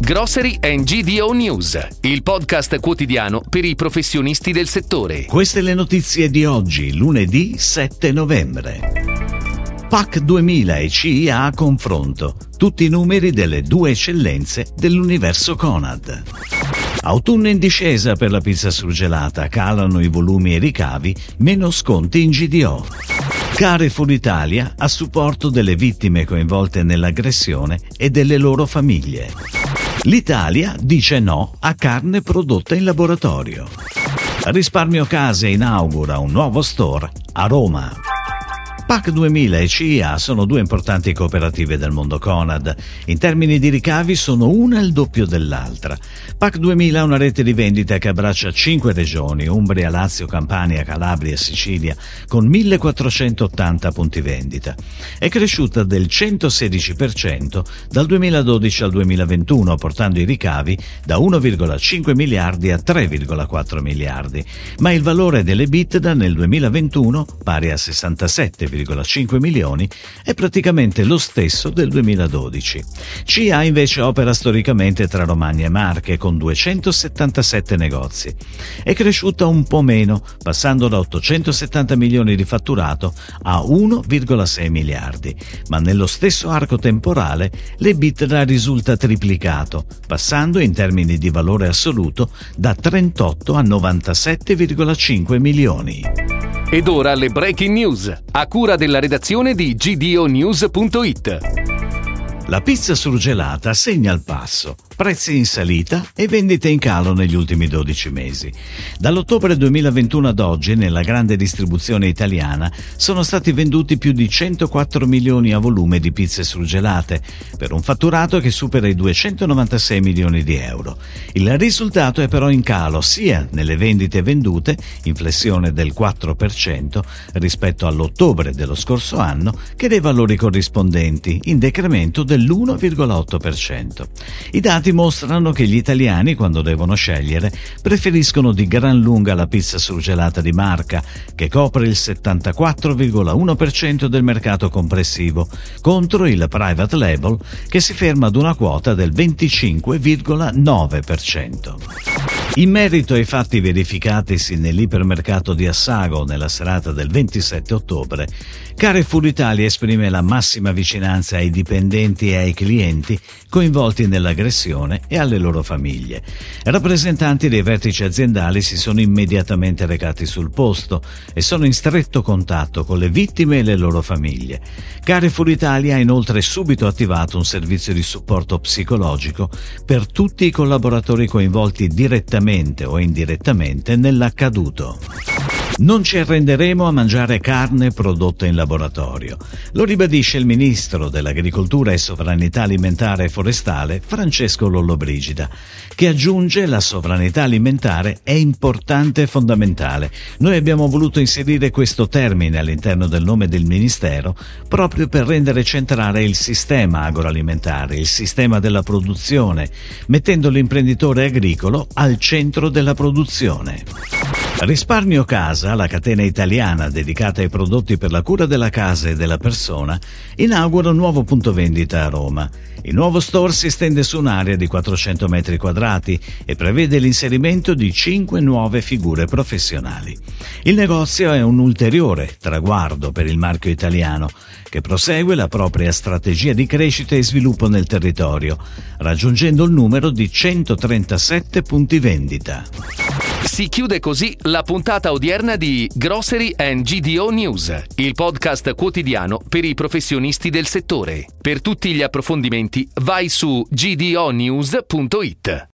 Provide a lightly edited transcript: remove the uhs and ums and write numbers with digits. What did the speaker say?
Grocery and GDO News, il podcast quotidiano per i professionisti del settore. Queste le notizie di oggi, lunedì 7 novembre. PAC 2000 e CIA a confronto. Tutti i numeri delle due eccellenze dell'universo Conad. Autunno in discesa per la pizza surgelata, calano i volumi e i ricavi, meno sconti in GDO. Carrefour Italia a supporto delle vittime coinvolte nell'aggressione e delle loro famiglie. L'Italia dice no a carne prodotta in laboratorio. Risparmio Case inaugura un nuovo store a Roma. PAC 2000 e CIA sono due importanti cooperative del mondo Conad. In termini di ricavi sono una il doppio dell'altra. PAC 2000 è una rete di vendita che abbraccia 5 regioni, Umbria, Lazio, Campania, Calabria e Sicilia, con 1480 punti vendita. È cresciuta del 116% dal 2012 al 2021, portando i ricavi da 1,5 miliardi a 3,4 miliardi. Ma il valore dell'EBITDA nel 2021, pari a 67,5 milioni, è praticamente lo stesso del 2012. CIA invece opera storicamente tra Romagna e Marche con 277 negozi. È cresciuta un po' meno, passando da 870 milioni di fatturato a 1,6 miliardi, ma nello stesso arco temporale l'EBITDA risulta triplicato, passando in termini di valore assoluto da 38 a 97,5 milioni. Ed ora le breaking news, a cura della redazione di gdonews.it. La pizza surgelata segna il passo, prezzi in salita e vendite in calo negli ultimi 12 mesi. Dall'ottobre 2021 ad oggi, nella grande distribuzione italiana, sono stati venduti più di 104 milioni a volume di pizze surgelate, per un fatturato che supera i 296 milioni di euro. Il risultato è però in calo sia nelle vendite vendute, in flessione del 4% rispetto all'ottobre dello scorso anno, che nei valori corrispondenti, in decremento dell'1,8%. I dati mostrano che gli italiani, quando devono scegliere, preferiscono di gran lunga la pizza surgelata di marca, che copre il 74,1% del mercato complessivo, contro il private label, che si ferma ad una quota del 25,9%. In merito ai fatti verificatisi nell'ipermercato di Assago nella serata del 27 ottobre, Carrefour Italia esprime la massima vicinanza ai dipendenti e ai clienti coinvolti nell'aggressione e alle loro famiglie. Rappresentanti dei vertici aziendali si sono immediatamente recati sul posto e sono in stretto contatto con le vittime e le loro famiglie. Carrefour Italia ha inoltre subito attivato un servizio di supporto psicologico per tutti i collaboratori coinvolti direttamente o indirettamente nell'accaduto. Non ci arrenderemo a mangiare carne prodotta in laboratorio. Lo ribadisce il ministro dell'Agricoltura e Sovranità Alimentare e Forestale, Francesco Lollobrigida, che aggiunge: la sovranità alimentare è importante e fondamentale. Noi abbiamo voluto inserire questo termine all'interno del nome del ministero proprio per rendere centrale il sistema agroalimentare, il sistema della produzione, mettendo l'imprenditore agricolo al centro della produzione. Risparmio Casa, la catena italiana dedicata ai prodotti per la cura della casa e della persona, inaugura un nuovo punto vendita a Roma. Il nuovo store si estende su un'area di 400 metri quadrati e prevede l'inserimento di 5 nuove figure professionali. Il negozio è un ulteriore traguardo per il marchio italiano, che prosegue la propria strategia di crescita e sviluppo nel territorio, raggiungendo il numero di 137 punti vendita. Si chiude così la puntata odierna di Grocery and GDO News, il podcast quotidiano per i professionisti del settore. Per tutti gli approfondimenti vai su gdonews.it.